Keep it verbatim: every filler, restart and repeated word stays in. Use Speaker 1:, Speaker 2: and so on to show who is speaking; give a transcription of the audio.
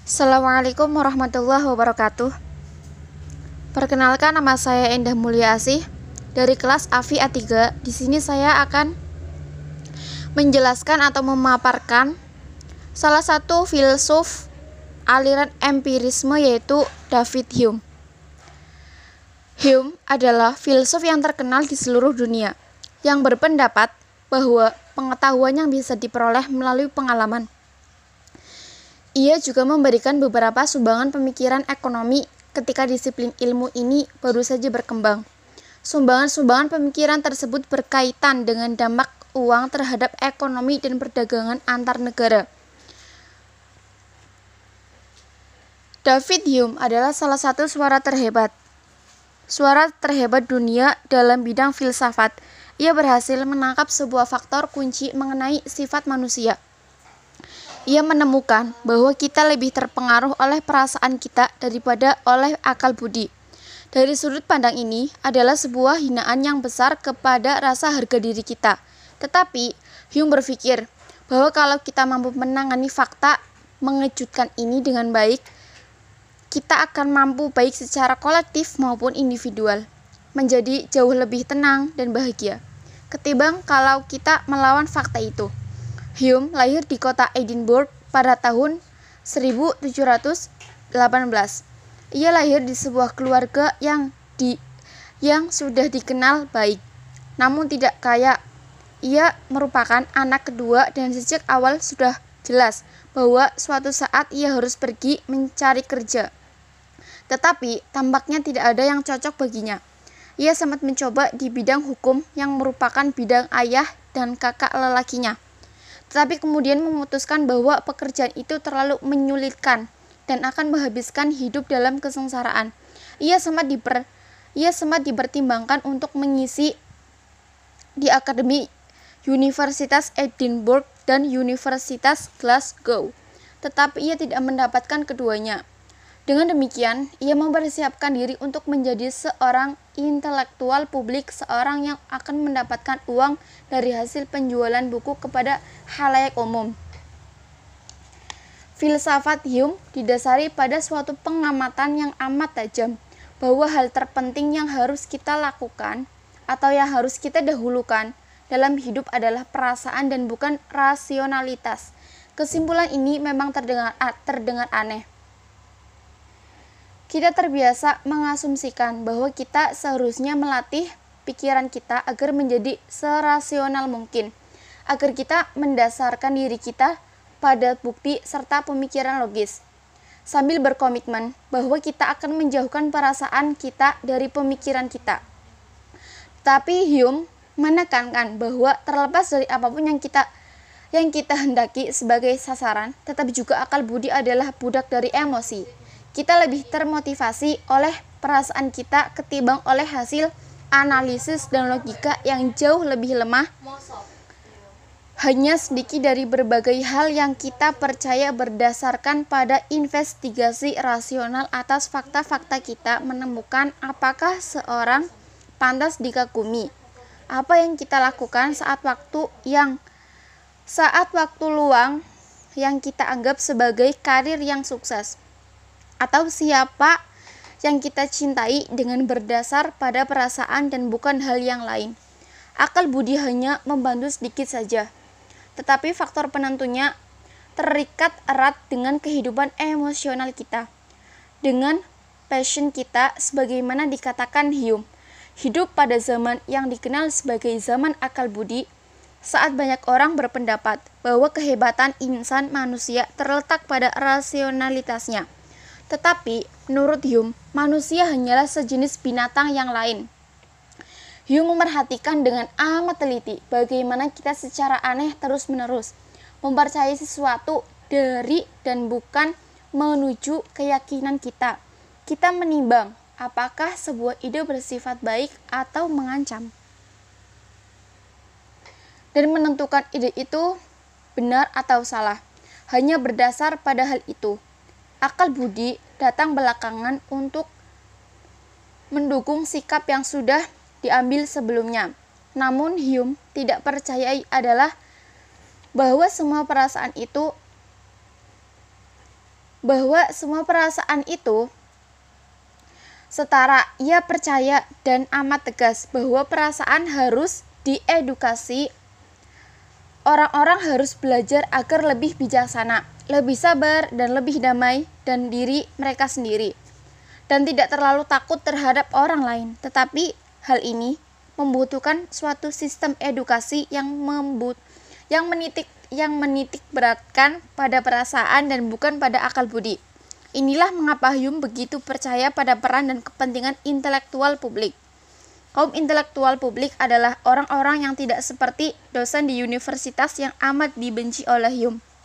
Speaker 1: Assalamualaikum warahmatullahi wabarakatuh. Perkenalkan, nama saya Endah Mulyasih dari kelas AFI A tiga. Di sini saya akan menjelaskan atau memaparkan salah satu filsuf aliran empirisme, yaitu David Hume. Hume adalah filsuf yang terkenal di seluruh dunia yang berpendapat bahwa pengetahuan yang bisa diperoleh melalui pengalaman. Ia juga memberikan beberapa sumbangan pemikiran ekonomi ketika disiplin ilmu ini baru saja berkembang. Sumbangan-sumbangan pemikiran tersebut berkaitan dengan dampak uang terhadap ekonomi dan perdagangan antar negara. David Hume adalah salah satu suara terhebat. Suara terhebat dunia dalam bidang filsafat. Ia berhasil menangkap sebuah faktor kunci mengenai sifat manusia. Ia menemukan bahwa kita lebih terpengaruh oleh perasaan kita daripada oleh akal budi. Dari sudut pandang ini adalah sebuah hinaan yang besar kepada rasa harga diri kita. Tetapi Hume berpikir bahwa kalau kita mampu menangani fakta mengejutkan ini dengan baik, kita akan mampu baik secara kolektif maupun individual menjadi jauh lebih tenang dan bahagia ketimbang kalau kita melawan fakta itu. Hume lahir di kota Edinburgh pada tahun seribu tujuh ratus delapan belas. Ia lahir di sebuah keluarga yang di yang sudah dikenal baik, namun tidak kaya. Ia merupakan anak kedua dan sejak awal sudah jelas bahwa suatu saat ia harus pergi mencari kerja. Tetapi tampaknya tidak ada yang cocok baginya. Ia sempat mencoba di bidang hukum yang merupakan bidang ayah dan kakak lelakinya. Tetapi kemudian memutuskan bahwa pekerjaan itu terlalu menyulitkan dan akan menghabiskan hidup dalam kesengsaraan. Ia sempat diper, ia sempat dipertimbangkan untuk mengisi di Akademi Universitas Edinburgh dan Universitas Glasgow, tetapi ia tidak mendapatkan keduanya. Dengan demikian, ia mempersiapkan diri untuk menjadi seorang intelektual publik, seorang yang akan mendapatkan uang dari hasil penjualan buku kepada khalayak umum. Filsafat Hume didasari pada suatu pengamatan yang amat tajam, bahwa hal terpenting yang harus kita lakukan atau yang harus kita dahulukan dalam hidup adalah perasaan dan bukan rasionalitas. Kesimpulan ini memang terdengar, terdengar aneh. Kita terbiasa mengasumsikan bahwa kita seharusnya melatih pikiran kita agar menjadi serasional mungkin, agar kita mendasarkan diri kita pada bukti serta pemikiran logis, sambil berkomitmen bahwa kita akan menjauhkan perasaan kita dari pemikiran kita. Tapi Hume menekankan bahwa terlepas dari apapun yang kita yang kita hendaki sebagai sasaran, tetapi juga akal budi adalah budak dari emosi. Kita lebih termotivasi oleh perasaan kita ketimbang oleh hasil analisis dan logika yang jauh lebih lemah. Hanya sedikit dari berbagai hal yang kita percaya berdasarkan pada investigasi rasional atas fakta-fakta kita menemukan apakah seorang pantas dikagumi. Apa yang kita lakukan saat waktu yang saat waktu luang yang kita anggap sebagai karir yang sukses. Atau siapa yang kita cintai dengan berdasar pada perasaan dan bukan hal yang lain. Akal budi hanya membantu sedikit saja, tetapi faktor penentunya terikat erat dengan kehidupan emosional kita, dengan passion kita, sebagaimana dikatakan Hume. Hidup pada zaman yang dikenal sebagai zaman akal budi, saat banyak orang berpendapat bahwa kehebatan insan manusia terletak pada rasionalitasnya. Tetapi, menurut Hume, manusia hanyalah sejenis binatang yang lain. Hume memerhatikan dengan amat teliti bagaimana kita secara aneh terus-menerus mempercayai sesuatu dari dan bukan menuju keyakinan kita. Kita menimbang apakah sebuah ide bersifat baik atau mengancam, dan menentukan ide itu benar atau salah hanya berdasar pada hal itu. Akal budi datang belakangan untuk mendukung sikap yang sudah diambil sebelumnya. Namun Hume tidak percaya adalah bahwa semua perasaan itu bahwa semua perasaan itu setara. Ia percaya dan amat tegas bahwa perasaan harus diedukasi. Orang-orang harus belajar agar lebih bijaksana, lebih sabar, dan lebih damai dan diri mereka sendiri, dan tidak terlalu takut terhadap orang lain. Tetapi hal ini membutuhkan suatu sistem edukasi yang membut yang menitik yang menitik beratkan pada perasaan dan bukan pada akal budi. Inilah mengapa Hume begitu percaya pada peran dan kepentingan intelektual publik. Kaum intelektual publik adalah orang-orang yang tidak seperti dosen di universitas yang amat dibenci oleh Hume.